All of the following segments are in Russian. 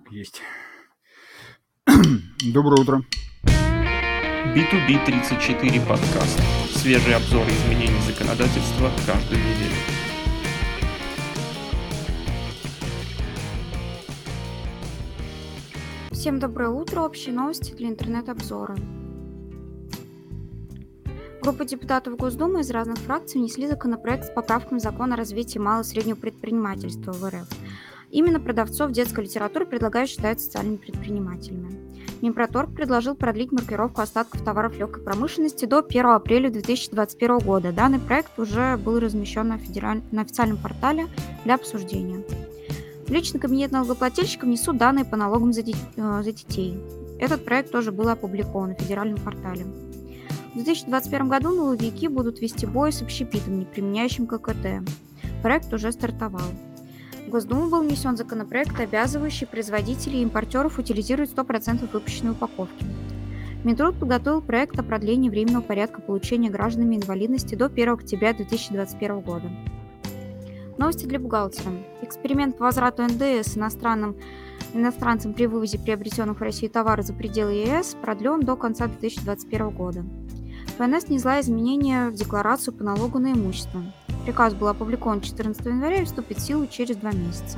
Есть. Доброе утро. B2B 34 подкаст. Свежие обзоры изменений законодательства каждую неделю. Всем доброе утро. Общие новости для интернет-обзора. Группа депутатов Госдумы из разных фракций внесли законопроект с поправками закона о развитии малого и среднего предпринимательства в РФ. Именно продавцов детской литературы предлагают считать социальными предпринимателями. Минпроторг предложил продлить маркировку остатков товаров легкой промышленности до 1 апреля 2021 года. Данный проект уже был размещен на официальном портале для обсуждения. В личный кабинет налогоплательщиков внесут данные по налогам за детей. Этот проект тоже был опубликован на федеральном портале. В 2021 году налоговики будут вести бой с общепитом, не применяющим ККТ. Проект уже стартовал. В Госдуму был внесен законопроект, обязывающий производителей и импортеров утилизировать 100% выпущенной упаковки. Минтруд подготовил проект о продлении временного порядка получения гражданами инвалидности до 1 октября 2021 года. Новости для бухгалтера. Эксперимент по возврату НДС иностранцам при вывозе приобретенных в России товаров за пределы ЕС продлен до конца 2021 года. ФНС внесла изменения в декларацию по налогу на имущество. Приказ был опубликован 14 января и вступит в силу через 2 месяца.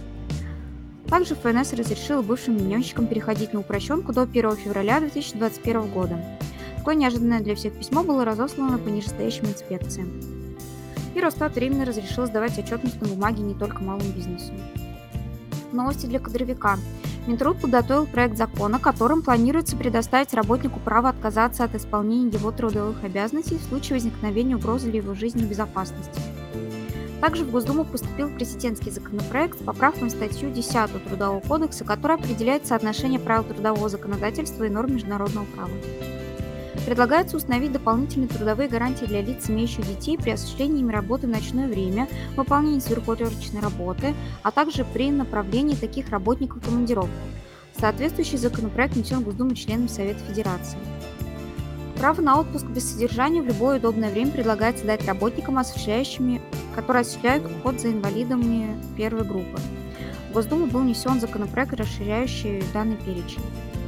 Также ФНС разрешила бывшим миньонщикам переходить на упрощенку до 1 февраля 2021 года. Такое неожиданное для всех письмо было разослано по нижестоящим инспекциям. И Росстат временно разрешил сдавать отчетность на бумаге не только малому бизнесу. Новости для кадровика. Минтруд подготовил проект закона, которым планируется предоставить работнику право отказаться от исполнения его трудовых обязанностей в случае возникновения угрозы для его жизни и безопасности. Также в Госдуму поступил президентский законопроект с поправками в статью 10 Трудового кодекса, которая определяет соотношение правил трудового законодательства и норм международного права. Предлагается установить дополнительные трудовые гарантии для лиц, имеющих детей, при осуществлении ими работы в ночное время, выполнении сверхурочной работы, а также при направлении таких работников в командировку. Соответствующий законопроект внесен в Госдуму членами Совета Федерации. Право на отпуск без содержания в любое удобное время предлагается дать работникам, которые осуществляют уход за инвалидами первой группы. В Госдуму был внесен законопроект, расширяющий данный перечень.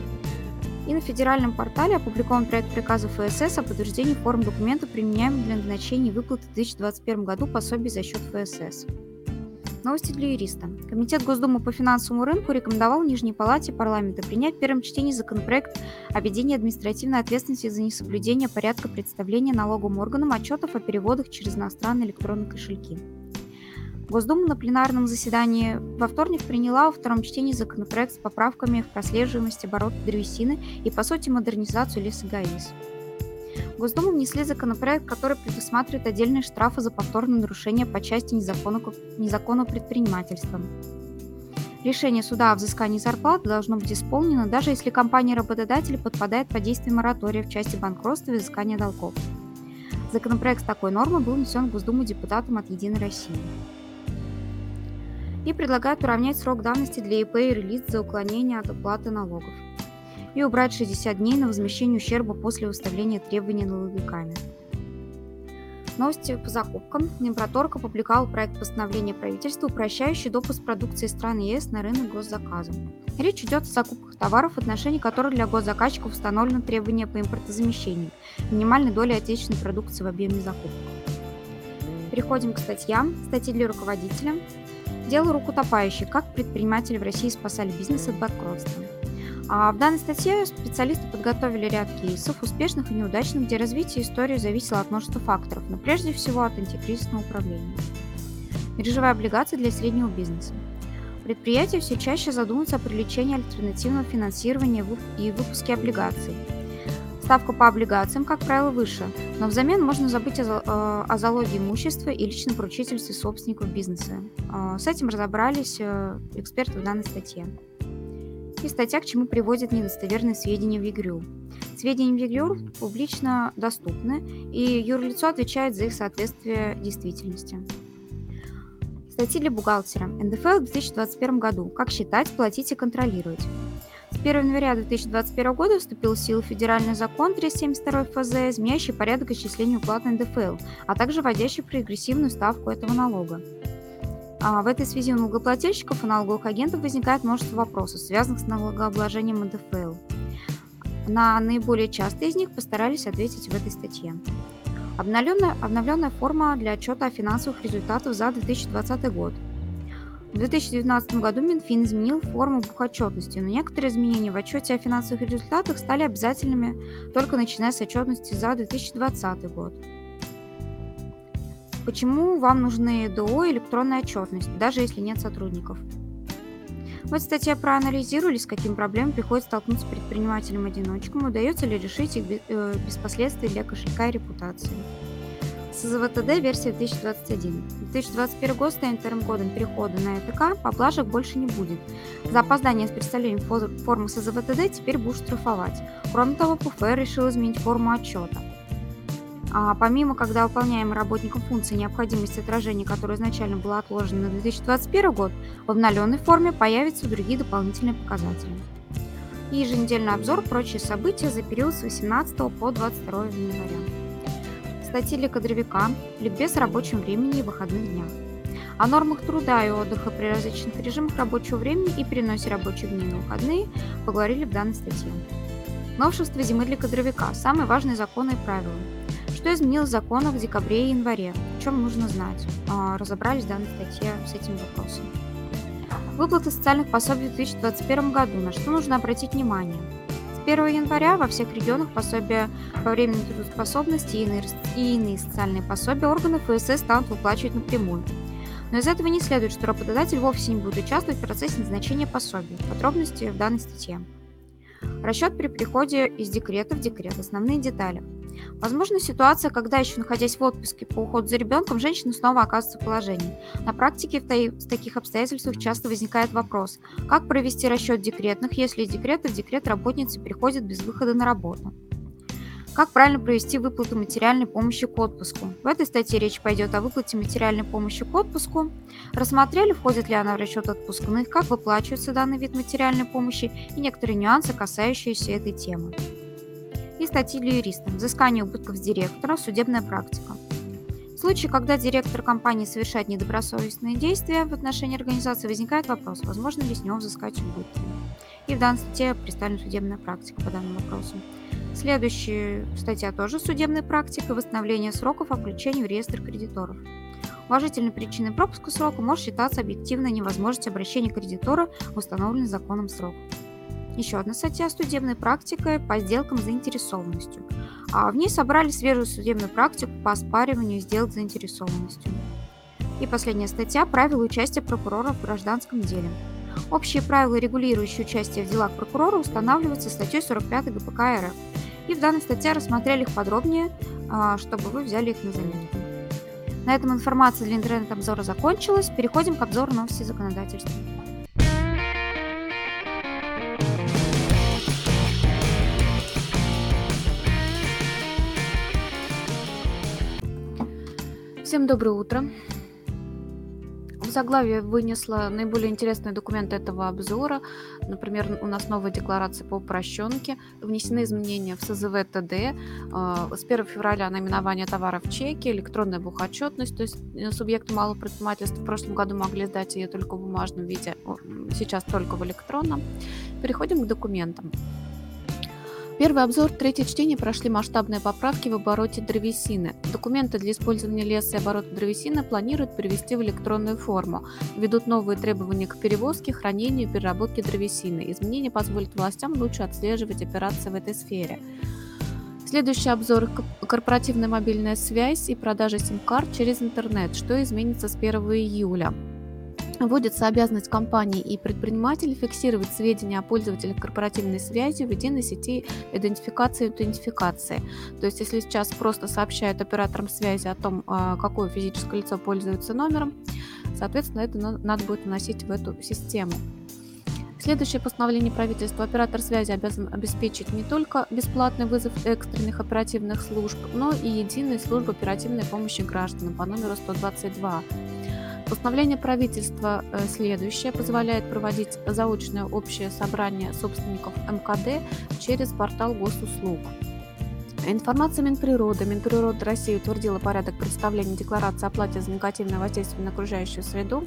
И на федеральном портале опубликован проект приказа ФСС о подтверждении форм документов, применяемых для назначения и выплаты в 2021 году пособий за счет ФСС. Новости для юриста. Комитет Госдумы по финансовому рынку рекомендовал Нижней Палате парламента принять в первом чтении законопроект о введении административной ответственности за несоблюдение порядка представления налоговым органам отчетов о переводах через иностранные электронные кошельки. Госдума на пленарном заседании во вторник приняла во втором чтении законопроект с поправками в прослеживаемость оборота древесины и, по сути, модернизацию лесогаиз. В Госдуму внесли законопроект, который предусматривает отдельные штрафы за повторное нарушение по части незаконного предпринимательства. Решение суда о взыскании зарплаты должно быть исполнено, даже если компания-работодатель подпадает под действие моратория в части банкротства и взыскания долгов. Законопроект с такой нормой был внесен в Госдуму депутатам от «Единой России». И предлагают уравнять срок давности для ИП и релиз за уклонение от уплаты налогов и убрать 60 дней на возмещение ущерба после выставления требований налоговиками. Новости по закупкам. Минпроторг опубликовал проект постановления правительства, упрощающий допуск продукции стран ЕС на рынок госзаказа. Речь идет о закупках товаров, в отношении которых для госзаказчиков установлено требование по импортозамещению, минимальной доли отечественной продукции в объеме закупок. Переходим к статьям. Статьи для руководителя. Дело рук утопающих. Как предприниматели в России спасали бизнес от банкротства. В данной статье специалисты подготовили ряд кейсов, успешных и неудачных, где развитие истории зависело от множества факторов, но прежде всего от антикризисного управления. Биржевая облигация для среднего бизнеса. Предприятия все чаще задумываются о привлечении альтернативного финансирования и выпуске облигаций. Ставка по облигациям, как правило, выше, но взамен можно забыть о залоге имущества и личном поручительстве собственников бизнеса. С этим разобрались эксперты в данной статье. И статья, к чему приводят недостоверные сведения в ЕГРЮ. Сведения в ЕГРЮ публично доступны, и юрлицо отвечает за их соответствие действительности. Статьи для бухгалтера. НДФЛ в 2021 году. Как считать, платить и контролировать. С 1 января 2021 года вступил в силу федеральный закон 372 ФЗ, изменяющий порядок исчисления уплаты НДФЛ, а также вводящий прогрессивную ставку этого налога. В этой связи у налогоплательщиков и налоговых агентов возникает множество вопросов, связанных с налогообложением НДФЛ. На наиболее частые из них постарались ответить в этой статье. Обновленная форма для отчета о финансовых результатах за 2020 год. В 2019 году Минфин изменил форму бухотчетности, но некоторые изменения в отчете о финансовых результатах стали обязательными только начиная с отчетности за 2020 год. Почему вам нужны ДО и электронная отчетность, даже если нет сотрудников? В этой статье проанализировали, с какими проблемами приходится столкнуться предпринимателям-одиночкам, удается ли решить их без последствий для кошелька и репутации. СЗВТД версия 2021. 2021 год станет вторым годом перехода на ЭТК, поблажек больше не будет. За опоздание с представлением формы СЗВТД теперь будут штрафовать. Кроме того, ПФР решил изменить форму отчета. Помимо, когда выполняемой работником функции необходимости отражения, которая изначально была отложена на 2021 год, в обновленной форме появятся другие дополнительные показатели. И еженедельный обзор «Прочие события» за период с 18 по 22 января. Статьи для кадровика, ликбез о рабочем времени и выходных днях. О нормах труда и отдыха при различных режимах рабочего времени и переносе рабочих дней на выходные поговорили в данной статье. Новшества зимы для кадровика. Самые важные законы и правила. Что изменилось в законах в декабре и январе? О чем нужно знать? Разобрались в данной статье с этим вопросом. Выплаты социальных пособий в 2021 году. На что нужно обратить внимание? С 1 января во всех регионах пособия по временной трудоспособности и иные социальные пособия органы ФСС станут выплачивать напрямую. Но из этого не следует, что работодатель вовсе не будет участвовать в процессе назначения пособий. Подробности в данной статье. Расчет при переходе из декрета в декрет. Основные детали. Возможна ситуация, когда, еще находясь в отпуске по уходу за ребенком, женщина снова оказывается в положении. На практике в таких обстоятельствах часто возникает вопрос, как провести расчет декретных, если из декрета в декрет работница переходит без выхода на работу. Как правильно провести выплату материальной помощи к отпуску? В этой статье речь пойдет о выплате материальной помощи к отпуску. Рассмотрели, входит ли она в расчет отпускных, как выплачивается данный вид материальной помощи и некоторые нюансы, касающиеся этой темы. И статьи для юристов. Взыскание убытков с директора, судебная практика. В случае, когда директор компании совершает недобросовестные действия в отношении организации, возникает вопрос, возможно ли с него взыскать убытки. И в данной статье представлена судебная практика по данному вопросу. Следующая статья тоже судебная практика, восстановление сроков о включении в реестр кредиторов. Уважительной причиной пропуска срока может считаться объективная невозможность обращения кредитора в установленный законом срок. Еще одна статья судебной практикой по сделкам с заинтересованностью. В ней собрали свежую судебную практику по оспариванию сделок с заинтересованностью. И последняя статья «Правила участия прокурора в гражданском деле». Общие правила, регулирующие участие в делах прокурора, устанавливаются статьей 45 ГПК РФ. И в данной статье рассмотрели их подробнее, чтобы вы взяли их на заметку. На этом информация для интернет-обзора закончилась. Переходим к обзору новостей законодательства. Всем доброе утро. В заглавие вынесла наиболее интересные документы этого обзора. Например, у нас новая декларация по упрощенке, внесены изменения в СЗВ-ТД, с 1 февраля наименование товаров в чеке, электронная бухотчетность, то есть субъекты малого предпринимательства в прошлом году могли сдать ее только в бумажном виде, сейчас только в электронном. Переходим к документам. Первый обзор, третье чтение прошли масштабные поправки в обороте древесины. Документы для использования леса и оборота древесины планируют перевести в электронную форму. Введут новые требования к перевозке, хранению и переработке древесины. Изменения позволят властям лучше отслеживать операции в этой сфере. Следующий обзор – корпоративная мобильная связь и продажа сим-карт через интернет. Что изменится с 1 июля? Вводится обязанность компаний и предпринимателей фиксировать сведения о пользователях корпоративной связи в единой сети идентификации и аутентификации. То есть, если сейчас просто сообщают операторам связи о том, какое физическое лицо пользуется номером, соответственно, это надо будет вносить в эту систему. Следующее постановление правительства. Оператор связи обязан обеспечить не только бесплатный вызов экстренных оперативных служб, но и единую службу оперативной помощи гражданам по номеру 122. Постановление правительства следующее позволяет проводить заочное общее собрание собственников МКД через портал госуслуг. Информация Минприроды. Минприрода России утвердила порядок представления декларации о оплате за негативное воздействие на окружающую среду.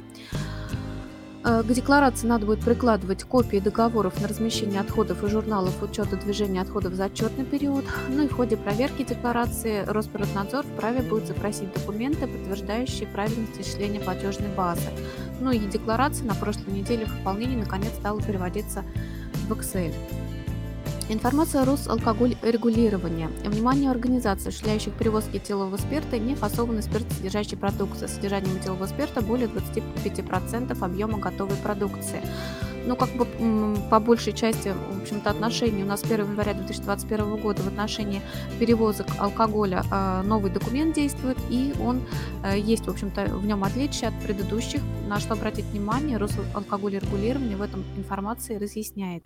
К декларации надо будет прикладывать копии договоров на размещение отходов и журналов учета движения отходов за отчетный период. Ну и в ходе проверки декларации Росприроднадзор вправе будет запросить документы, подтверждающие правильность исчисления платежной базы. Ну и декларация на прошлой неделе в выполнении наконец стала переводиться в Excel. Информация Росалкогольрегулирования. Внимание организаций, осуществляющих перевозки этилового спирта и нефасованной спиртосодержащей продукции с содержанием этилового спирта более 25% объема готовой продукции. Ну, по большей части, в общем-то, отношений у нас с 1 января 2021 года в отношении перевозок алкоголя новый документ действует, и он есть, в общем-то, в нем отличие от предыдущих. На что обратить внимание, Росалкогольрегулирование в этом информации разъясняет.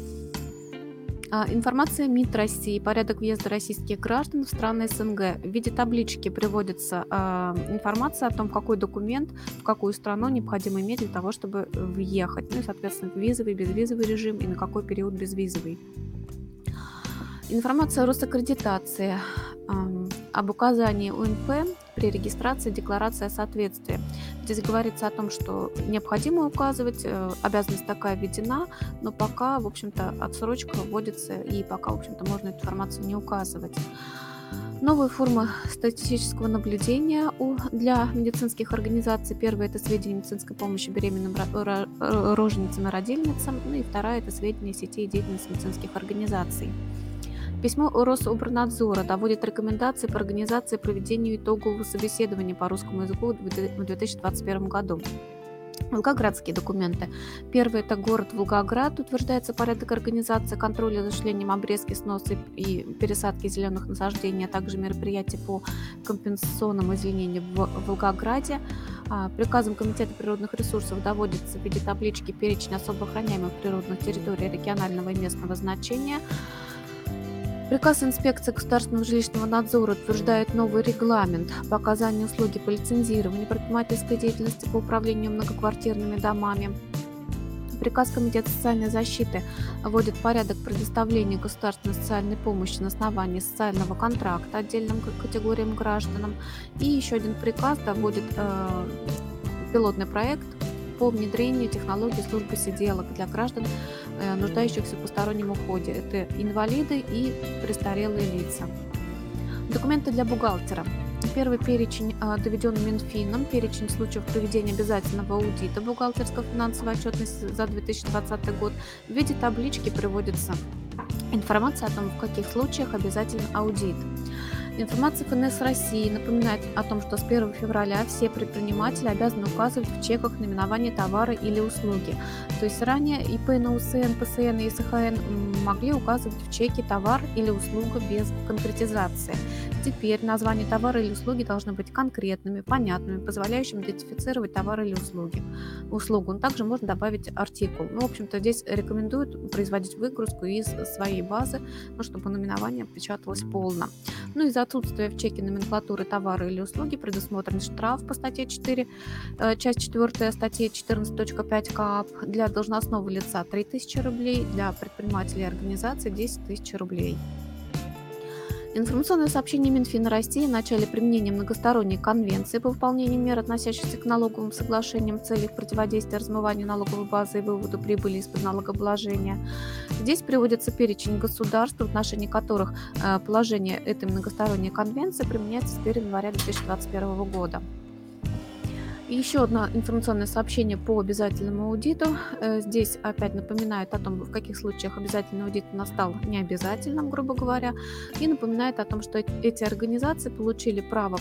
Информация МИД России. Порядок въезда российских граждан в страны СНГ. В виде таблички приводится информация о том, какой документ в какую страну необходимо иметь для того, чтобы въехать. Ну и, соответственно, визовый, безвизовый режим и на какой период безвизовый. Информация о Росаккредитации. Об указании УНП при регистрации декларации о соответствии. Здесь говорится о том, что необходимо указывать, обязанность такая введена, но пока, в общем-то, отсрочка вводится, и пока, в общем-то, можно эту информацию не указывать. Новые формы статистического наблюдения для медицинских организаций. Первая – это сведения медицинской помощи беременным роженицам и родильницам, ну и вторая – это сведения сетей деятельности медицинских организаций. Письмо Рособорнадзора доводит рекомендации по организации и проведению итогового собеседования по русскому языку в 2021 году. Волгоградские документы. Первый – это город Волгоград. Утверждается порядок организации контроля за осуществлением обрезки, сноса и пересадки зеленых насаждений, а также мероприятий по компенсационному озеленению в Волгограде. Приказом Комитета природных ресурсов доводится в виде таблички перечень особо охраняемых природных территорий регионального и местного значения. Приказ инспекции государственного жилищного надзора утверждает новый регламент по оказанию услуги по лицензированию предпринимательской деятельности по управлению многоквартирными домами. Приказ Комитета социальной защиты вводит порядок предоставления государственной социальной помощи на основании социального контракта отдельным категориям гражданам. И еще один приказ доводит пилотный проект по внедрению технологий службы сиделок для граждан, нуждающихся в постороннем уходе. Это инвалиды и престарелые лица. Документы для бухгалтера. Первый перечень доведен Минфином, перечень случаев проведения обязательного аудита бухгалтерской финансовой отчетности за 2020 год. В виде таблички приводится информация о том, в каких случаях обязателен аудит. Информация ФНС России напоминает о том, что с 1 февраля все предприниматели обязаны указывать в чеках наименование товара или услуги. То есть ранее ИП на УСН, ПСН и СХН могли указывать в чеке товар или услуга без конкретизации. Теперь названия товара или услуги должны быть конкретными, понятными, позволяющими идентифицировать товар или услугу. Также можно добавить артикул. В общем-то, здесь рекомендуют производить выгрузку из своей базы, чтобы наименование печаталось полно. Из-за отсутствия в чеке номенклатуры товара или услуги предусмотрен штраф по статье 4, часть 4 статьи 14.5 КоАП. Для должностного лица 3000 рублей, для предпринимателей и организаций 10 тысяч рублей. Информационное сообщение Минфина России о начале применения многосторонней конвенции по выполнению мер, относящихся к налоговым соглашениям в целях противодействия размыванию налоговой базы и выводу прибыли из-под налогообложения. Здесь приводится перечень государств, в отношении которых положение этой многосторонней конвенции применяется с 1 января 2021 года. И еще одно информационное сообщение по обязательному аудиту. Здесь опять напоминает о том, в каких случаях обязательный аудит у нас стал необязательным, грубо говоря, и напоминает о том, что эти организации получили право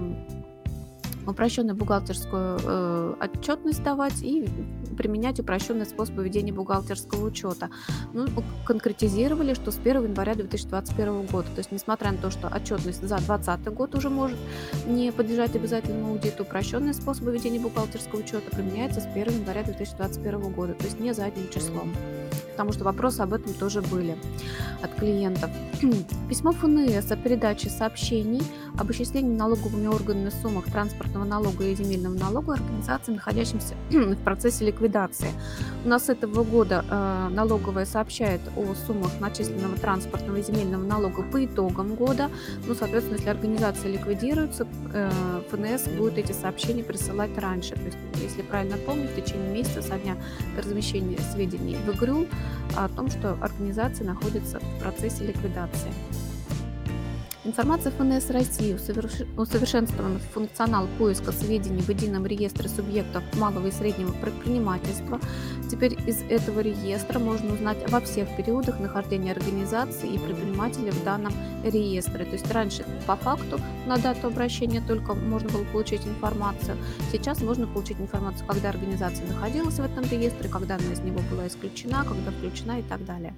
упрощенную бухгалтерскую отчетность давать и применять упрощенный способ ведения бухгалтерского учета. Конкретизировали, что с 1 января 2021 года. То есть, несмотря на то, что отчетность за 2020 год уже может не подлежать обязательному аудиту, упрощенный способ ведения бухгалтерского учета применяется с 1 января 2021 года, то есть не задним числом. потому что вопросы об этом тоже были от клиентов. Письмо ФНС о передаче сообщений об исчислении налоговыми органами сумм транспортного налога и земельного налога организациям, находящимся в процессе ликвидации. У нас с этого года налоговая сообщает о суммах начисленного транспортного и земельного налога по итогам года. Ну, соответственно, если организация ликвидируется, ФНС будет эти сообщения присылать раньше. То есть, если правильно помню, в течение месяца со дня размещения сведений в ИГРУ о том, что организация находится в процессе ликвидации. Информация ФНС России усовершенствован функционал поиска сведений в едином реестре субъектов малого и среднего предпринимательства. Теперь из этого реестра можно узнать обо всех периодах нахождения организации и предпринимателя в данном реестре. То есть раньше по факту на дату обращения только можно было получить информацию. Сейчас можно получить информацию, когда организация находилась в этом реестре, когда она из него была исключена, когда включена и так далее.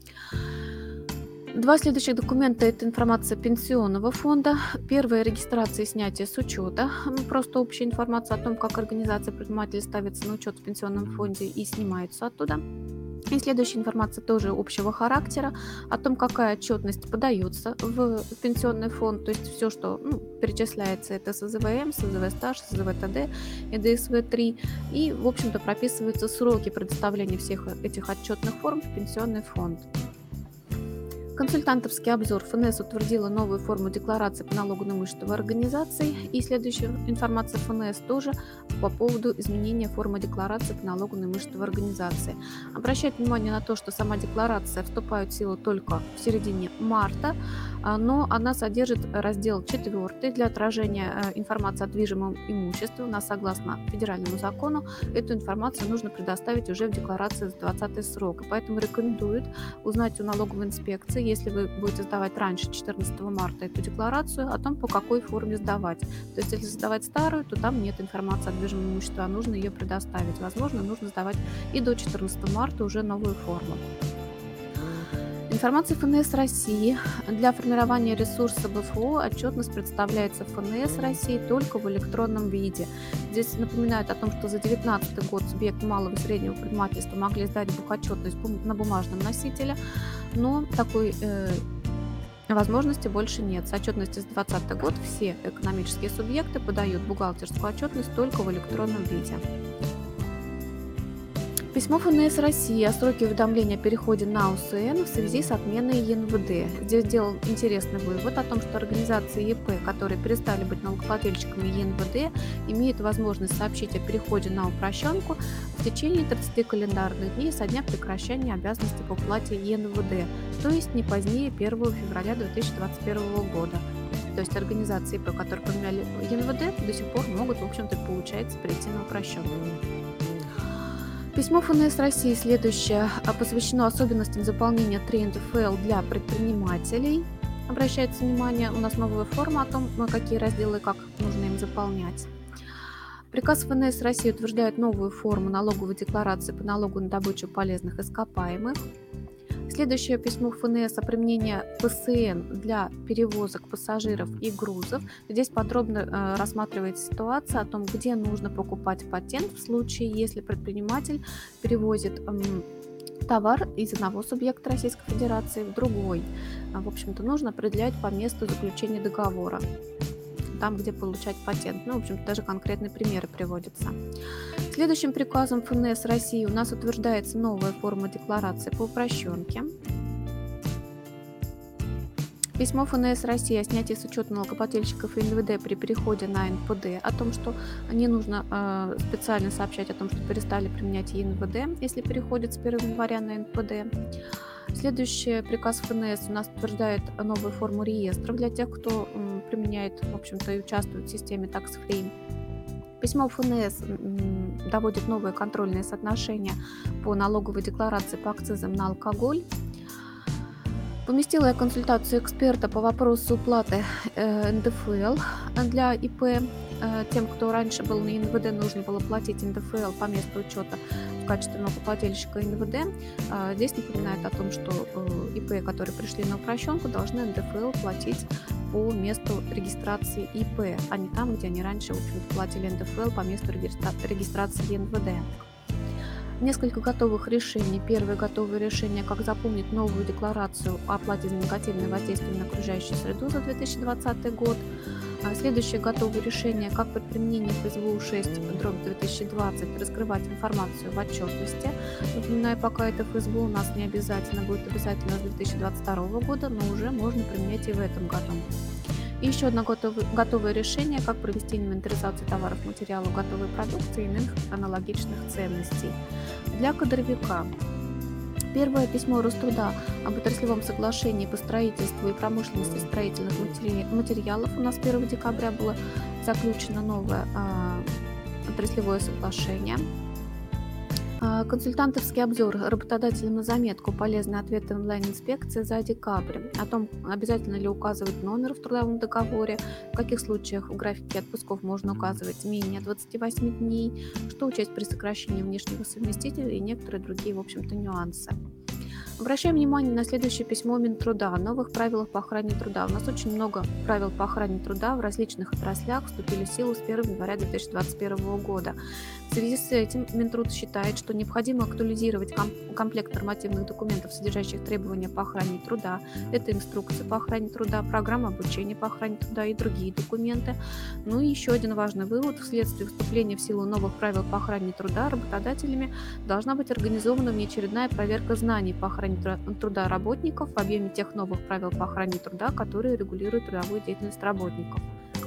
Два следующих документа – это информация пенсионного фонда. Первая – регистрация и снятие с учета. Просто общая информация о том, как организация предпринимателей ставится на учет в пенсионном фонде и снимается оттуда. И следующая информация тоже общего характера о том, какая отчетность подается в пенсионный фонд, то есть все, что перечисляется, это СЗВМ, СЗВ стаж, СЗВ ТД и ДСВ-3. И, в общем-то, прописываются сроки предоставления всех этих отчетных форм в пенсионный фонд. Консультантовский обзор. ФНС утвердила новую форму декларации по налогу на имущество организаций. И следующая информация ФНС тоже по поводу изменения формы декларации по налогу на имущество организации. Обращать внимание на то, что сама декларация вступает в силу только в середине марта, но она содержит раздел 4 для отражения информации о движимом имуществе. У нас, согласно федеральному закону, эту информацию нужно предоставить уже в декларации за 20-й срок. Поэтому рекомендуют узнать у налоговой инспекции, если вы будете сдавать раньше 14 марта эту декларацию, о том, по какой форме сдавать. То есть, если сдавать старую, то там нет информации о движимом имуществе, а нужно ее предоставить. Возможно, нужно сдавать и до 14 марта уже новую форму. Информация ФНС России. Для формирования ресурса БФО отчетность представляется ФНС России только в электронном виде. Здесь напоминают о том, что за 2019 год субъекты малого и среднего предпринимательства могли сдать бухотчетность на бумажном носителе, но такой возможности больше нет. С отчетности за 2020 год все экономические субъекты подают бухгалтерскую отчетность только в электронном виде. Письмо ФНС России о сроке уведомления о переходе на УСН в связи с отменой ЕНВД. Здесь сделал интересный вывод о том, что организации ЕП, которые перестали быть налогоплательщиками ЕНВД, имеют возможность сообщить о переходе на упрощенку в течение 30 календарных дней со дня прекращения обязанности по уплате ЕНВД, то есть не позднее 1 февраля 2021 года. То есть организации ЕП, которые поменяли ЕНВД, до сих пор могут, в общем-то, получается, перейти на упрощенку. Письмо ФНС России следующее посвящено особенностям заполнения 3 НДФЛ для предпринимателей. Обращается внимание, у нас новая форма о том, какие разделы и как нужно им заполнять. Приказ ФНС России утверждает новую форму налоговой декларации по налогу на добычу полезных ископаемых. Следующее письмо ФНС о применении ПСН для перевозок пассажиров и грузов. Здесь подробно рассматривается ситуация о том, где нужно покупать патент в случае, если предприниматель перевозит товар из одного субъекта Российской Федерации в другой. В общем-то, нужно определять по месту заключения договора, там, где получать патент. В общем-то, даже конкретные примеры приводятся. Следующим приказом ФНС России у нас утверждается новая форма декларации по упрощенке. Письмо ФНС России о снятии с учета налогоплательщиков и НВД при переходе на НПД, о том, что не нужно специально сообщать о том, что перестали применять ЕНВД, если переходит с 1 января на НПД. Следующий приказ ФНС у нас утверждает новую форму реестров для тех, кто применяет, в общем-то, и участвует в системе Tax Free. Письмо ФНС доводит новые контрольные соотношения по налоговой декларации по акцизам на алкоголь. Поместила я консультацию эксперта по вопросу уплаты НДФЛ для ИП. Тем, кто раньше был на НВД, нужно было платить НДФЛ по месту учета в качестве налогоплательщика НВД. Здесь напоминает о том, что ИП, которые пришли на упрощенку, должны НДФЛ платить по месту регистрации ИП, а не там, где они раньше, в общем-то, платили НДФЛ по месту регистрации НВД. Несколько готовых решений. Первое готовое решение, как заполнить новую декларацию о оплате за негативное воздействие на окружающую среду за 2020 год. Следующее готовое решение, как при применении ФСБУ 6/2020 раскрывать информацию в отчетности. Напоминаю, пока это ФСБУ у нас не обязательно, будет обязательно с 2022 года, но уже можно применять и в этом году. И еще одно готовое решение, как провести инвентаризацию товаров, материалов, готовой продукции и иных аналогичных ценностей. Для кадровика. Первое письмо Роструда об отраслевом соглашении по строительству и промышленности строительных материалов. У нас 1 декабря было заключено новое отраслевое соглашение. Консультантовский обзор работодателям на заметку «Полезные ответы онлайн-инспекции» за декабрь. О том, обязательно ли указывать номер в трудовом договоре, в каких случаях в графике отпусков можно указывать менее 28 дней, что учесть при сокращении внешнего совместителя и некоторые другие, в общем-то, нюансы. Обращаем внимание на следующее письмо Минтруда о новых правилах по охране труда. У нас очень много правил по охране труда в различных отраслях вступили в силу с 1 января 2021 года. В связи с этим Минтруд считает, что необходимо актуализировать комплект нормативных документов, содержащих требования по охране труда. Это инструкция по охране труда, программа обучения по охране труда и другие документы. Ну и еще один важный вывод. Вследствие вступления в силу новых правил по охране труда работодателями должна быть организована внеочередная проверка знаний по охране труда работников в объеме тех новых правил по охране труда, которые регулируют трудовую деятельность работников.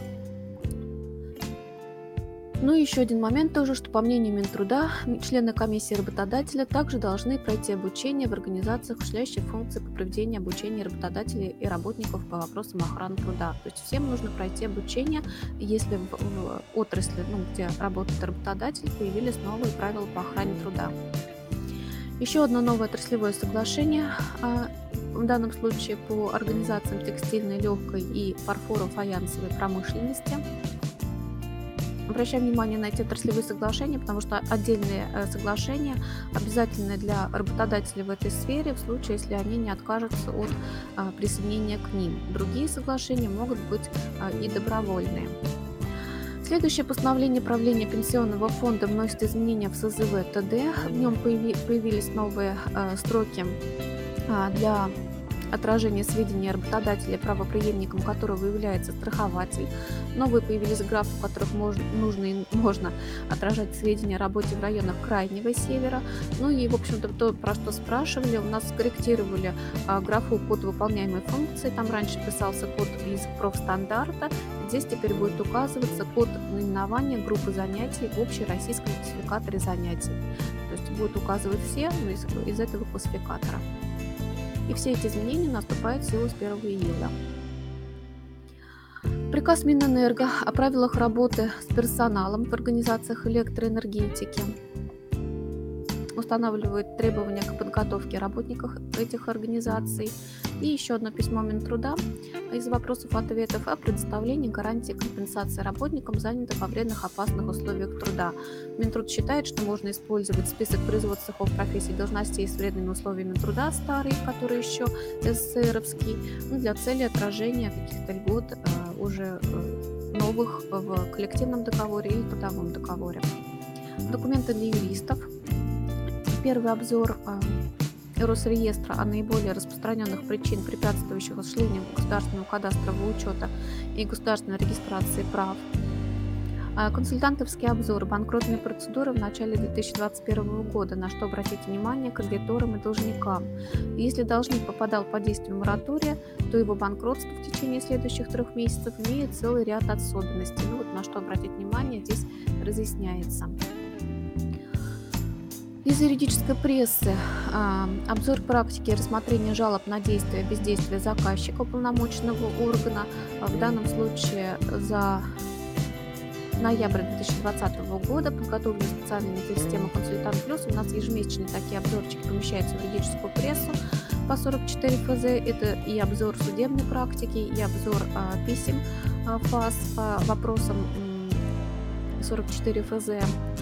Ну и еще один момент тоже, что по мнению Минтруда, члены комиссии работодателя также должны пройти обучение в организациях, осуществляющих функции по проведению обучения работодателей и работников по вопросам охраны труда. То есть всем нужно пройти обучение, если в отрасли, где работает работодатель, появились новые правила по охране труда. Еще одно новое отраслевое соглашение, в данном случае по организациям текстильной, легкой и фарфоро-фаянсовой промышленности. Обращаем внимание на эти отраслевые соглашения, потому что отдельные соглашения обязательны для работодателей в этой сфере в случае, если они не откажутся от присоединения к ним. Другие соглашения могут быть и добровольные. Следующее постановление правления Пенсионного фонда вносит изменения в СЗВ ТД. В нем появились новые строки для отражения сведений работодателя, правопреемником которого является страхователь. Новые появились графы, в которых нужно и можно отражать сведения о работе в районах Крайнего Севера. Ну и, в общем-то, то, про что спрашивали, у нас скорректировали графу код выполняемой функции. Там раньше писался код из профстандарта. Здесь теперь будет указываться код наименования группы занятий в общероссийском классификаторе занятий. То есть будет указывать все, но из этого классификатора. И все эти изменения наступают в силу с 1 июля. Приказ Минэнерго о правилах работы с персоналом в организациях электроэнергетики устанавливает требования к подготовке работников этих организаций. И еще одно письмо Минтруда из вопросов-ответов о предоставлении гарантии компенсации работникам, занятым во вредных опасных условиях труда. Минтруд считает, что можно использовать список производств, цехов, профессий, должностей с вредными условиями труда, старый, который еще СССРовский, для цели отражения каких-то льгот уже новых в коллективном договоре или трудовом договоре. Документы для юристов. Первый обзор Росреестра о наиболее распространенных причин, препятствующих осуществлению государственного кадастрового учета и государственной регистрации прав. Консультантовский обзор банкротной процедуры в начале 2021 года, на что обратить внимание кредиторам и должникам. Если должник попадал под действие моратория, то его банкротство в течение следующих 3 месяцев имеет целый ряд особенностей. На что обратить внимание, здесь разъясняется. Из юридической прессы обзор практики рассмотрения жалоб на действия и бездействие заказчика уполномоченного органа. В данном случае за ноябрь 2020 года подготовлена специальная система «Консультант Плюс». У нас ежемесячные такие обзорчики помещаются в юридическую прессу по 44 ФЗ. Это и обзор судебной практики, и обзор писем ФАС по вопросам 44 ФЗ.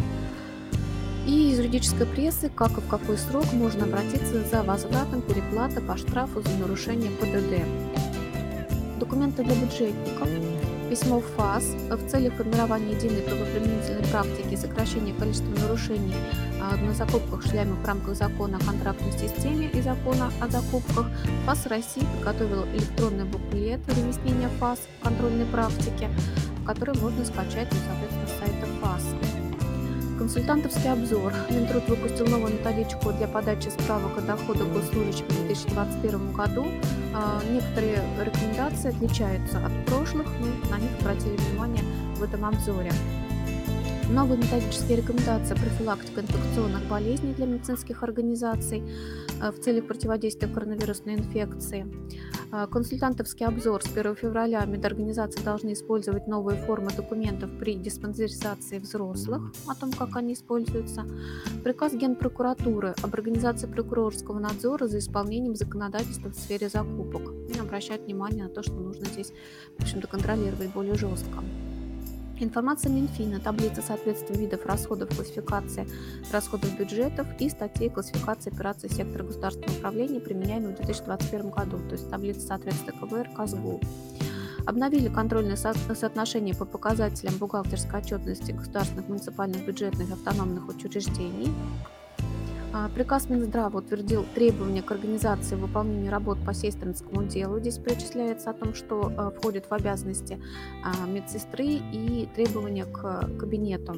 И из юридической прессы, как и в какой срок можно обратиться за возвратом переплаты по штрафу за нарушение ПДД. Документы для бюджетников. Письмо ФАС в целях формирования единой правоприменительной практики и сокращения количества нарушений на закупках шлями в рамках закона о контрактной системе и закона о закупках ФАС России подготовил электронный буклет разъяснения ФАС контрольной практики, который можно скачать, соответственно, с сайта ФАС. Консультантовский обзор. Минтруд выпустил новую методичку для подачи справок о доходах госслужащих в 2021 году. Некоторые рекомендации отличаются от прошлых, но на них обратили внимание в этом обзоре. Новые методические рекомендации профилактика инфекционных болезней для медицинских организаций в целях противодействия коронавирусной инфекции. Консультантовский обзор. С 1 февраля медорганизации должны использовать новые формы документов при диспансеризации взрослых, о том, как они используются. Приказ Генпрокуратуры об организации прокурорского надзора за исполнением законодательства в сфере закупок. Обращают внимание на то, что нужно здесь, в общем-то, контролировать более жестко. Информация Минфина, таблица соответствия видов расходов, классификации расходов бюджетов и статей классификации операций сектора государственного управления, применяемых в 2021 году, то есть таблица соответствия КВР, КАСГУ. Обновили контрольные соотношения по показателям бухгалтерской отчетности государственных, муниципальных, бюджетных и автономных учреждений. Приказ Минздрава утвердил требования к организации выполнения работ по сестринскому делу. Здесь перечисляется о том, что входит в обязанности медсестры и требования к кабинету.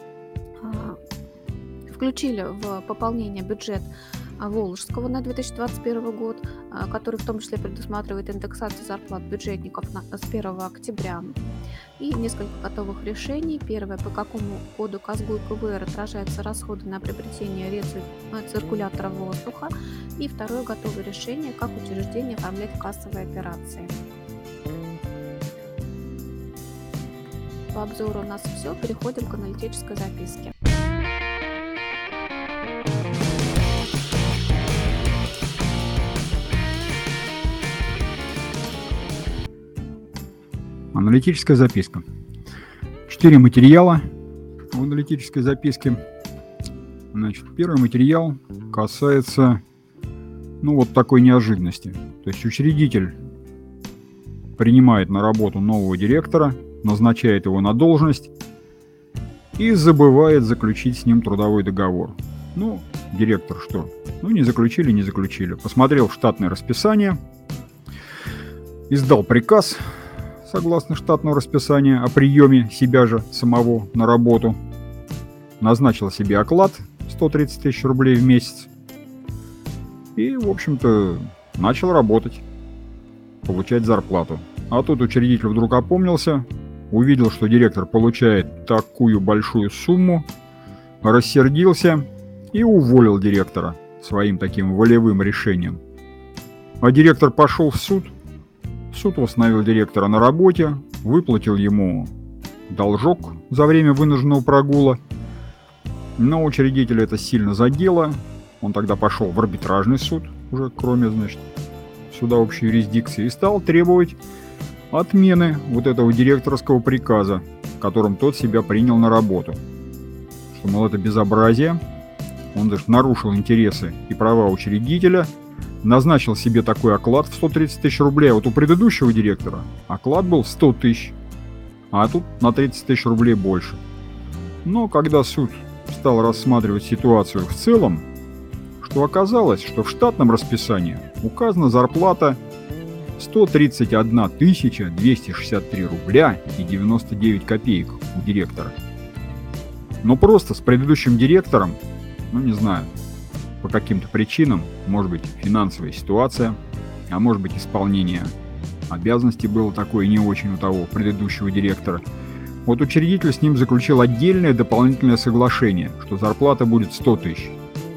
Включили в пополнение бюджет Волжского на 2021 год, который в том числе предусматривает индексацию зарплат бюджетников с 1 октября. И несколько готовых решений. Первое, по какому коду КАСГУ и КВР отражаются расходы на приобретение циркулятора воздуха. И второе, готовое решение, как учреждение оформлять кассовые операции. По обзору у нас все. Переходим к аналитической записке. Аналитическая записка. 4 материала в аналитической записке. Значит, первый материал касается, вот такой неожиданности. То есть учредитель принимает на работу нового директора, назначает его на должность и забывает заключить с ним трудовой договор. Директор что? Не заключили. Посмотрел в штатное расписание, издал приказ согласно штатного расписания о приеме себя же самого на работу, назначил себе оклад 130 тысяч рублей в месяц и, в общем-то, начал работать, получать зарплату. А тут учредитель вдруг опомнился, увидел, что директор получает такую большую сумму, рассердился и уволил директора своим таким волевым решением. А директор пошел в суд. Суд восстановил директора на работе, выплатил ему должок за время вынужденного прогула. Но учредителя это сильно задело. Он тогда пошел в арбитражный суд, уже кроме, суда общей юрисдикции, и стал требовать отмены вот этого директорского приказа, которым тот себя принял на работу. Что, мол, это безобразие. Он даже нарушил интересы и права учредителя, назначил себе такой оклад в 130 тысяч рублей. А вот у предыдущего директора оклад был 100 тысяч, а тут на 30 тысяч рублей больше. Но когда суд стал рассматривать ситуацию в целом, что оказалось, что в штатном расписании указана зарплата 131 263 рубля и 99 копеек у директора. Но просто с предыдущим директором, не знаю, по каким-то причинам, может быть, финансовая ситуация, а может быть, исполнение обязанностей было такое не очень у того предыдущего директора. Вот учредитель с ним заключил отдельное дополнительное соглашение, что зарплата будет 100 тысяч.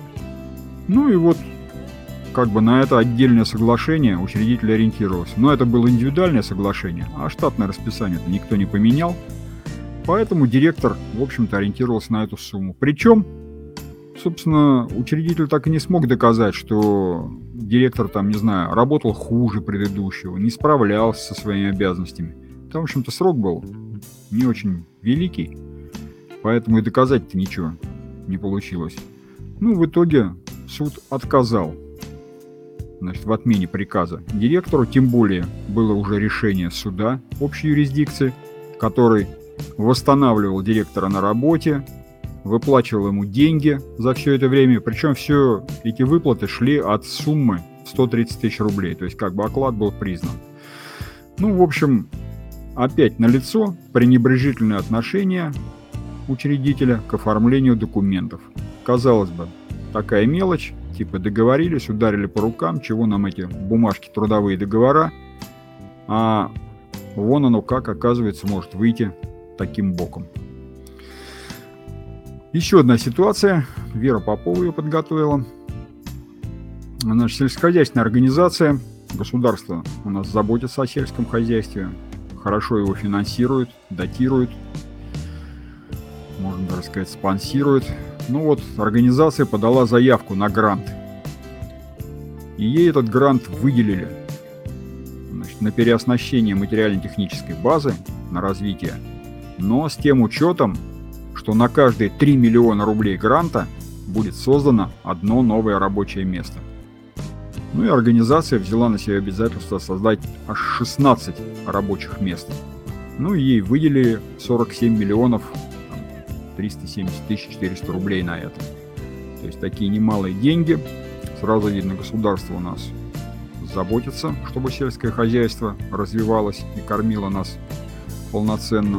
И вот, на это отдельное соглашение учредитель ориентировался. Но это было индивидуальное соглашение, а штатное расписание-то никто не поменял. Поэтому директор, в общем-то, ориентировался на эту сумму. Причем, собственно, учредитель так и не смог доказать, что директор работал хуже предыдущего, не справлялся со своими обязанностями. Там, в общем-то, срок был не очень великий, поэтому и доказать-то ничего не получилось. В итоге суд отказал значит, в отмене приказа директору, тем более было уже решение суда общей юрисдикции, который восстанавливал директора на работе, выплачивал ему деньги за все это время, причем все эти выплаты шли от суммы 130 тысяч рублей, то есть как бы оклад был признан. Ну, в общем, опять налицо пренебрежительное отношение учредителя к оформлению документов. Казалось бы, такая мелочь, типа договорились, ударили по рукам, чего нам эти бумажки, трудовые договора, а вон оно как, оказывается, может выйти таким боком. Еще одна ситуация, Вера Попова ее подготовила. Наша сельскохозяйственная организация, государство у нас заботится о сельском хозяйстве, хорошо его финансирует, датирует, можно даже сказать, спонсирует. Ну вот, организация подала заявку на грант. И ей этот грант выделили, значит, на переоснащение материально-технической базы, на развитие, но с тем учетом, что на каждые 3 миллиона рублей гранта будет создано одно новое рабочее место. Ну и организация взяла на себя обязательство создать аж 16 рабочих мест. Ну и ей выделили 47 миллионов 370 тысяч 400 рублей на это. То есть такие немалые деньги. Сразу видно, государство у нас заботится, чтобы сельское хозяйство развивалось и кормило нас полноценно.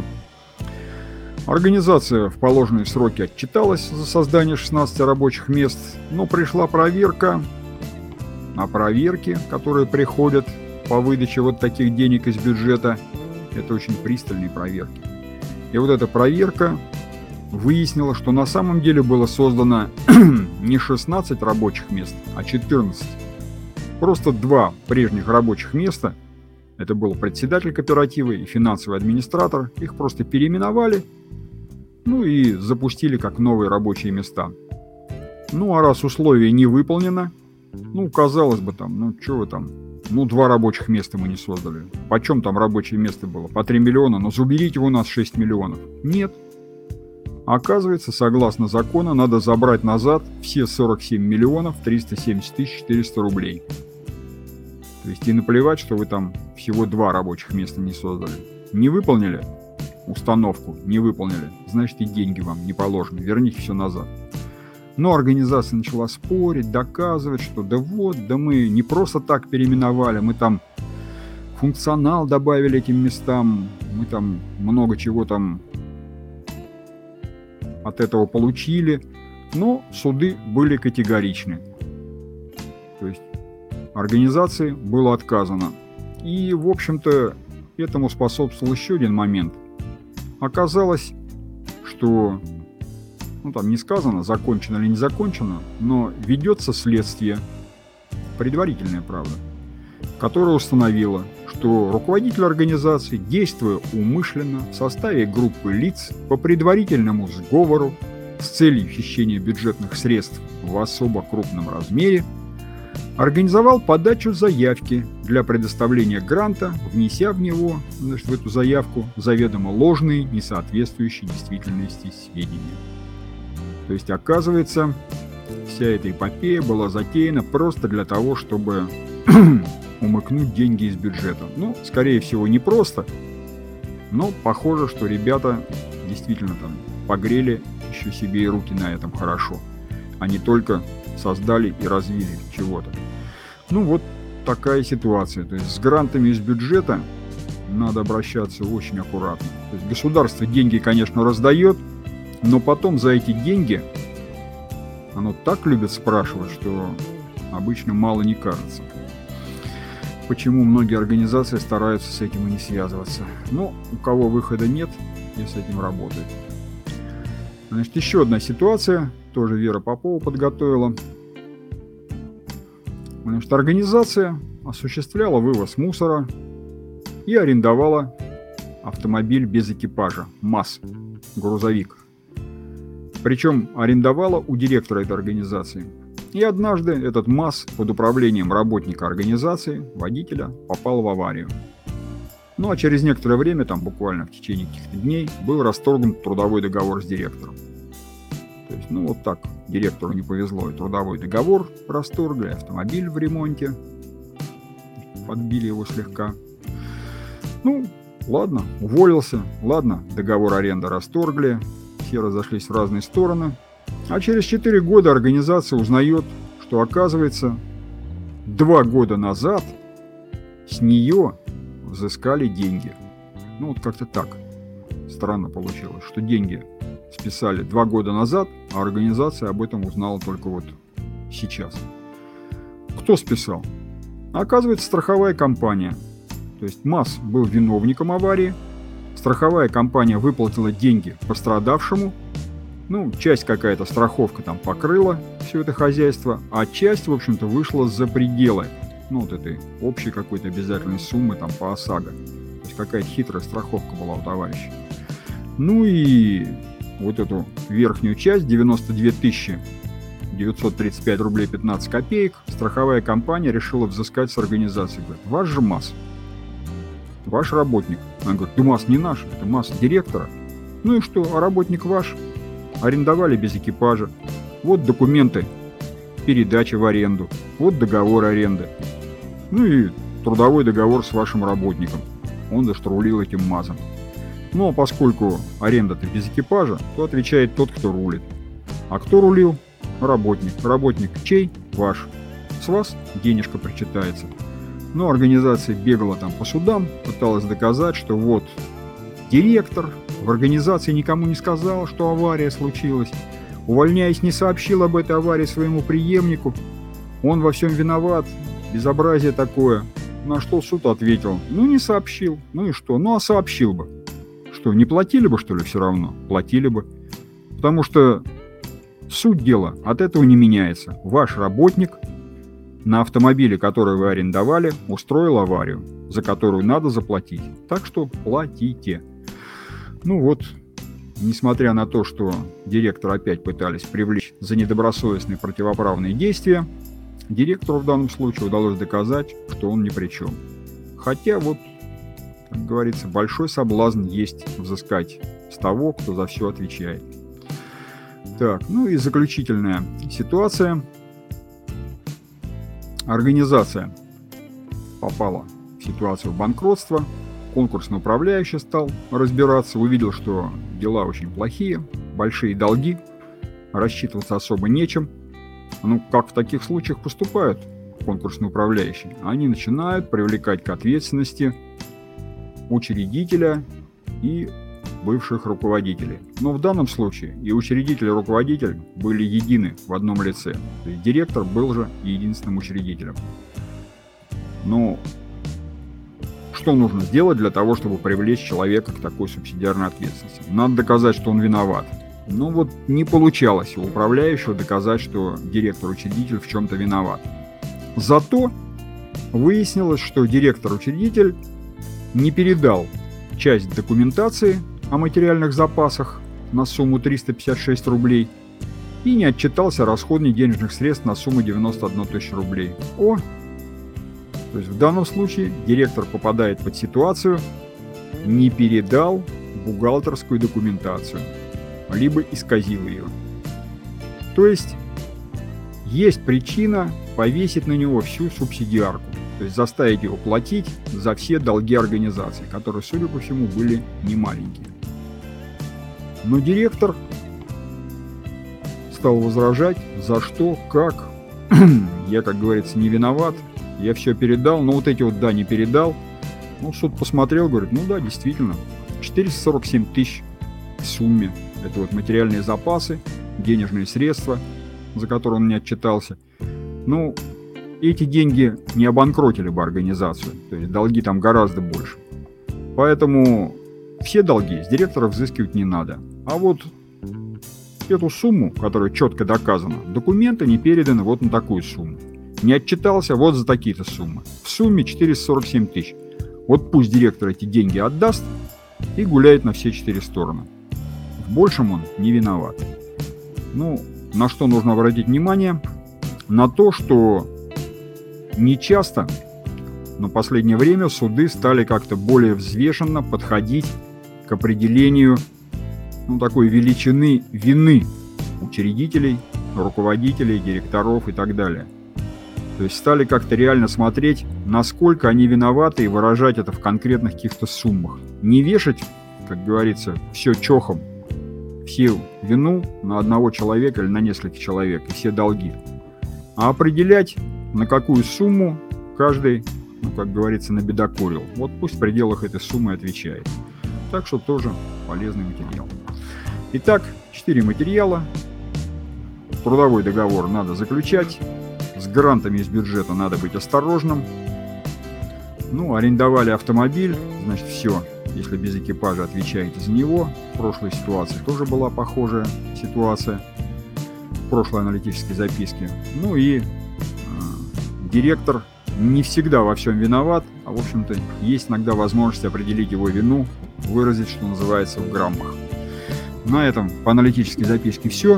Организация в положенные сроки отчиталась за создание 16 рабочих мест, но пришла проверка. А проверки, которые приходят по выдаче вот таких денег из бюджета, это очень пристальные проверки. И вот эта проверка выяснила, что на самом деле было создано не 16 рабочих мест, а 14. Просто 2 прежних рабочих места, это был председатель кооператива и финансовый администратор, их просто переименовали, ну и запустили как новые рабочие места. Ну а раз условие не выполнено, ну, казалось бы, там, ну, что вы там, ну, 2 рабочих места мы не создали. Почем там рабочее место было? По 3 миллиона, но заберите у нас 6 миллионов. Нет. Оказывается, согласно закону, надо забрать назад все 47 миллионов 370 тысяч 400 рублей. То есть и наплевать, что вы там всего 2 рабочих места не создали. Не выполнили установку, не выполнили, значит и деньги вам не положены, верните все назад. Но организация начала спорить, доказывать, что да вот, да мы не просто так переименовали, мы там функционал добавили этим местам, мы там много чего там от этого получили. Но суды были категоричны. То есть организации было отказано. И, в общем-то, этому способствовал еще один момент. Оказалось, что... Ну, там не сказано, закончено или не закончено, но ведется следствие, предварительное, правда, которое установило, что руководитель организации, действуя умышленно в составе группы лиц по предварительному сговору с целью хищения бюджетных средств в особо крупном размере, организовал подачу заявки для предоставления гранта, внеся в него, значит, в эту заявку заведомо ложные, несоответствующие действительности сведения. То есть, оказывается, вся эта эпопея была затеяна просто для того, чтобы умыкнуть деньги из бюджета. Ну, скорее всего, не просто, но похоже, что ребята действительно там погрели еще себе и руки на этом хорошо, а не только создали и развили чего-то. Ну, вот такая ситуация. То есть, с грантами из бюджета надо обращаться очень аккуратно. То есть, государство деньги, конечно, раздает, но потом за эти деньги оно так любит спрашивать, что обычно мало не кажется. Почему многие организации стараются с этим и не связываться. Но у кого выхода нет, и с этим работает. Значит, еще одна ситуация, тоже Вера Попова подготовила. Значит, организация осуществляла вывоз мусора и арендовала автомобиль без экипажа, МАЗ, грузовик. Причем арендовала у директора этой организации. И однажды этот МАЗ под управлением работника организации, водителя, попал в аварию. Ну а через некоторое время, там буквально в течение каких-то дней, был расторгнут трудовой договор с директором. То есть, ну вот так, директору не повезло, и трудовой договор расторгли, автомобиль в ремонте, подбили его слегка. Ну, ладно, уволился, ладно, договор аренды расторгли, все разошлись в разные стороны. А через 4 года организация узнает, что, оказывается, 2 года назад с нее взыскали деньги. Ну, вот как-то так. Странно получилось, что деньги списали 2 года назад, а организация об этом узнала только вот сейчас. Кто списал? Оказывается, страховая компания. То есть МАЗ был виновником аварии. Страховая компания выплатила деньги пострадавшему. Ну, часть какая-то страховка там покрыла все это хозяйство, а часть, в общем-то, вышла за пределы, ну, вот этой общей какой-то обязательной суммы там по ОСАГО. То есть какая-то хитрая страховка была у товарища. Ну и вот эту верхнюю часть, 92 935 рублей 15 копеек, страховая компания решила взыскать с организации. Говорит, ваш же МАЗ, ваш работник. Она говорит, да МАЗ не наш, это МАЗ директора. Ну и что, а работник ваш? Арендовали без экипажа. Вот документы передачи в аренду. Вот договор аренды. Ну и трудовой договор с вашим работником. Он заштрулил этим МАЗом. Ну а поскольку аренда-то без экипажа, то отвечает тот, кто рулит. А кто рулил? Работник. Работник чей? Ваш. С вас денежка причитается. Но организация бегала там по судам, пыталась доказать, что вот директор в организации никому не сказал, что авария случилась. Увольняясь, не сообщил об этой аварии своему преемнику. Он во всем виноват. Безобразие такое. На что суд ответил, ну не сообщил. Ну и что? Ну а сообщил бы. Что, не платили бы, что ли, все равно? Платили бы. Потому что суть дела от этого не меняется. Ваш работник на автомобиле, который вы арендовали, устроил аварию, за которую надо заплатить. Так что платите. Ну вот, несмотря на то, что директора опять пытались привлечь за недобросовестные противоправные действия, директору в данном случае удалось доказать, что он ни при чем. Хотя вот, как говорится, большой соблазн есть взыскать с того, кто за все отвечает. Так, ну и заключительная ситуация. Организация попала в ситуацию банкротства. Конкурсный управляющий стал разбираться, увидел, что дела очень плохие, большие долги, рассчитываться особо нечем. Ну, как в таких случаях поступают конкурсные управляющие? Они начинают привлекать к ответственности учредителя и бывших руководителей. Но в данном случае и учредитель, и руководитель были едины в одном лице. То есть директор был же единственным учредителем. Но что нужно сделать для того, чтобы привлечь человека к такой субсидиарной ответственности? Надо доказать, что он виноват. Но вот не получалось у управляющего доказать, что директор-учредитель в чем-то виноват. Зато выяснилось, что директор-учредитель не передал часть документации о материальных запасах на сумму 356 рублей и не отчитался о расходе денежных средств на сумму 91 тысячу рублей. То есть в данном случае директор попадает под ситуацию «не передал бухгалтерскую документацию», либо исказил ее. То есть причина повесить на него всю субсидиарку, то есть заставить его платить за все долги организации, которые, судя по всему, были немаленькие. Но директор стал возражать, за что, как. Я, как говорится, не виноват, я все передал, но вот эти вот да, не передал. Ну, суд посмотрел, говорит, ну да, действительно, 447 тысяч в сумме. Это вот материальные запасы, денежные средства, за которые он не отчитался. Ну, эти деньги не обанкротили бы организацию, то есть долги там гораздо больше. Поэтому все долги с директора взыскивать не надо. А вот эту сумму, которая четко доказана, документы не переданы вот на такую сумму. Не отчитался вот за такие-то суммы. В сумме 447 тысяч. Вот пусть директор эти деньги отдаст и гуляет на все 4 стороны. В большем он не виноват. Ну, на что нужно обратить внимание? На то, что не часто, но в последнее время суды стали как-то более взвешенно подходить к определению такой величины вины учредителей, руководителей, директоров и так далее. То есть стали как-то реально смотреть, насколько они виноваты, и выражать это в конкретных каких-то суммах. Не вешать, как говорится, все чохом, всю вину на одного человека или на нескольких человек, и все долги. А определять, на какую сумму каждый, как говорится, набедокурил. Вот пусть в пределах этой суммы отвечает. Так что тоже полезный материал. Итак, 4 материала. Трудовой договор надо заключать. С грантами из бюджета надо быть осторожным. Арендовали автомобиль, значит, все. Если без экипажа, отвечаете за него. В прошлой ситуации тоже была похожая ситуация. В прошлой аналитической записке. Директор не всегда во всем виноват, а, в общем-то, есть иногда возможность определить его вину, выразить, что называется, в граммах. На этом по аналитической записке все.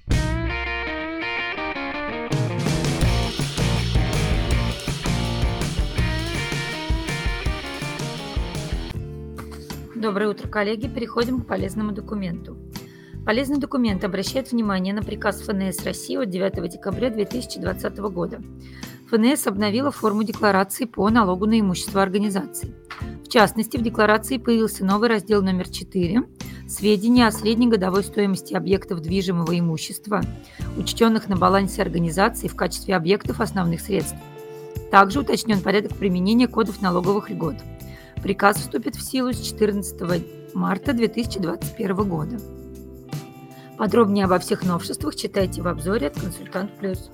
Доброе утро, коллеги. Переходим к полезному документу. Полезный документ обращает внимание на приказ ФНС России от 9 декабря 2020 года. ФНС обновила форму декларации по налогу на имущество организаций. В частности, в декларации появился новый раздел номер 4 «Сведения о среднегодовой стоимости объектов движимого имущества, учтенных на балансе организации в качестве объектов основных средств». Также уточнен порядок применения кодов налоговых льгот. Приказ вступит в силу с 14 марта 2021 года. Подробнее обо всех новшествах читайте в обзоре от «Консультант Плюс».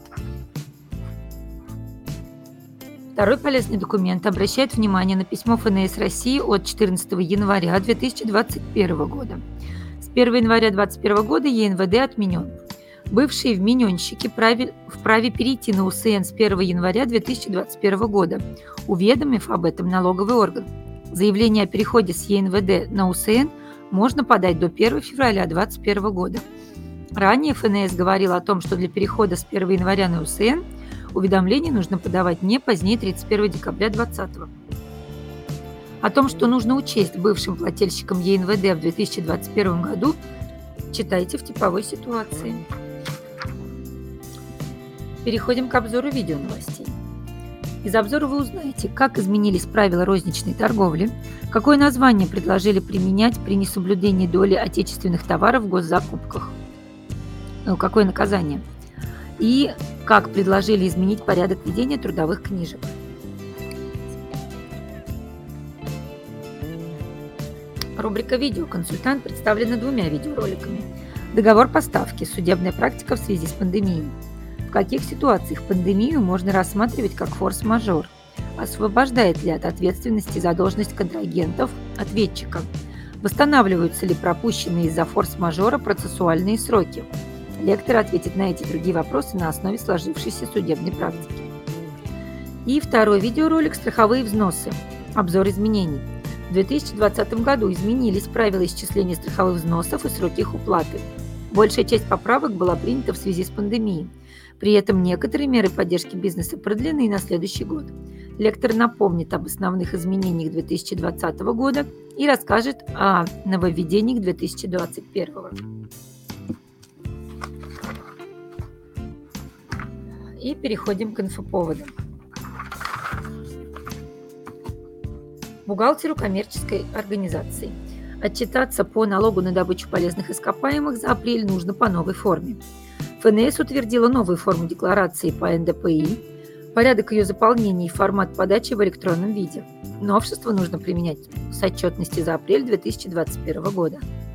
Второй полезный документ обращает внимание на письмо ФНС России от 14 января 2021 года. С 1 января 2021 года ЕНВД отменен. Бывшие вмененщики вправе перейти на УСН с 1 января 2021 года, уведомив об этом налоговый орган. Заявление о переходе с ЕНВД на УСН можно подать до 1 февраля 2021 года. Ранее ФНС говорил о том, что для перехода с 1 января на УСН уведомление нужно подавать не позднее 31 декабря 2020. О том, что нужно учесть бывшим плательщикам ЕНВД в 2021 году, читайте в типовой ситуации. Переходим к обзору видеоновостей. Из обзора вы узнаете, как изменились правила розничной торговли, какое название предложили применять при несоблюдении доли отечественных товаров в госзакупках, какое наказание, и как предложили изменить порядок ведения трудовых книжек. Рубрика «Видео. Консультант» представлена 2 видеороликами. Договор поставки. Судебная практика в связи с пандемией. В каких ситуациях пандемию можно рассматривать как форс-мажор? Освобождает ли от ответственности задолженность контрагентов ответчика? Восстанавливаются ли пропущенные из-за форс-мажора процессуальные сроки? Лектор ответит на эти и другие вопросы на основе сложившейся судебной практики. И второй видеоролик «Страховые взносы. Обзор изменений». В 2020 году изменились правила исчисления страховых взносов и сроки их уплаты. Большая часть поправок была принята в связи с пандемией. При этом некоторые меры поддержки бизнеса продлены на следующий год. Лектор напомнит об основных изменениях 2020 года и расскажет о нововведениях 2021. И переходим к инфоповодам. Бухгалтеру коммерческой организации. Отчитаться по налогу на добычу полезных ископаемых за апрель нужно по новой форме. ФНС утвердила новую форму декларации по НДПИ, порядок ее заполнения и формат подачи в электронном виде. Новшество нужно применять с отчетности за апрель 2021 года.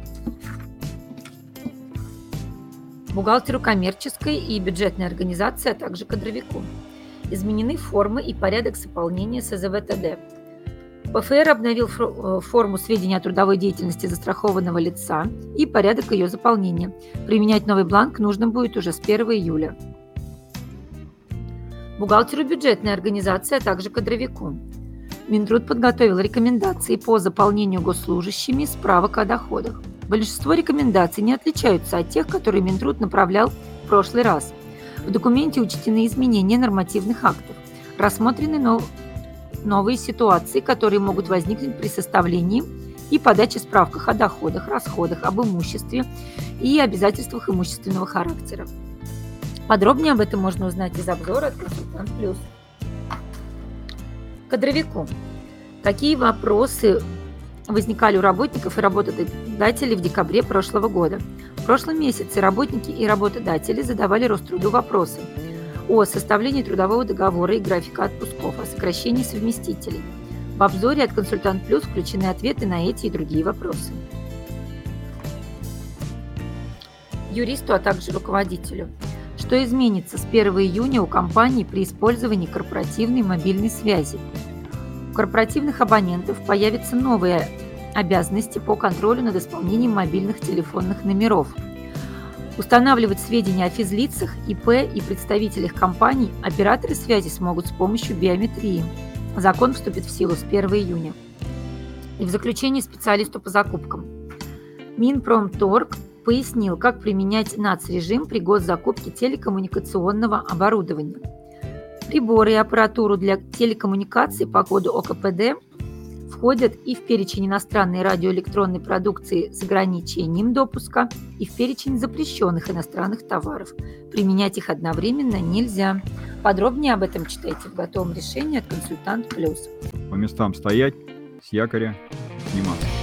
Бухгалтеру коммерческой и бюджетной организации, а также кадровику. Изменены формы и порядок заполнения СЗВ-ТД. ПФР обновил форму сведений о трудовой деятельности застрахованного лица и порядок ее заполнения. Применять новый бланк нужно будет уже с 1 июля. Бухгалтеру бюджетной организации, а также кадровику. Минтруд подготовил рекомендации по заполнению госслужащими справок о доходах. Большинство рекомендаций не отличаются от тех, которые Минтруд направлял в прошлый раз. В документе учтены изменения нормативных актов. Рассмотрены новые ситуации, которые могут возникнуть при составлении и подаче справок о доходах, расходах, об имуществе и обязательствах имущественного характера. Подробнее об этом можно узнать из обзора от «Консультант Плюс». Кадровику. Какие вопросы возникали у работников и работодателей в декабре прошлого года? В прошлом месяце работники и работодатели задавали Роструду вопросы о составлении трудового договора и графика отпусков, о сокращении совместителей. В обзоре от «Консультант Плюс» включены ответы на эти и другие вопросы. Юристу, а также руководителю. Что изменится с 1 июня у компании при использовании корпоративной мобильной связи? У корпоративных абонентов появятся новые обязанности по контролю над исполнением мобильных телефонных номеров. Устанавливать сведения о физлицах, ИП и представителях компаний операторы связи смогут с помощью биометрии. Закон вступит в силу с 1 июня. И в заключение специалисту по закупкам. Минпромторг пояснил, как применять НАЦ-режим при госзакупке телекоммуникационного оборудования. Приборы и аппаратуру для телекоммуникаций по коду ОКПД входят и в перечень иностранной радиоэлектронной продукции с ограничением допуска, и в перечень запрещенных иностранных товаров. Применять их одновременно нельзя. Подробнее об этом читайте в готовом решении от «Консультант Плюс». По местам стоять, с якоря сниматься.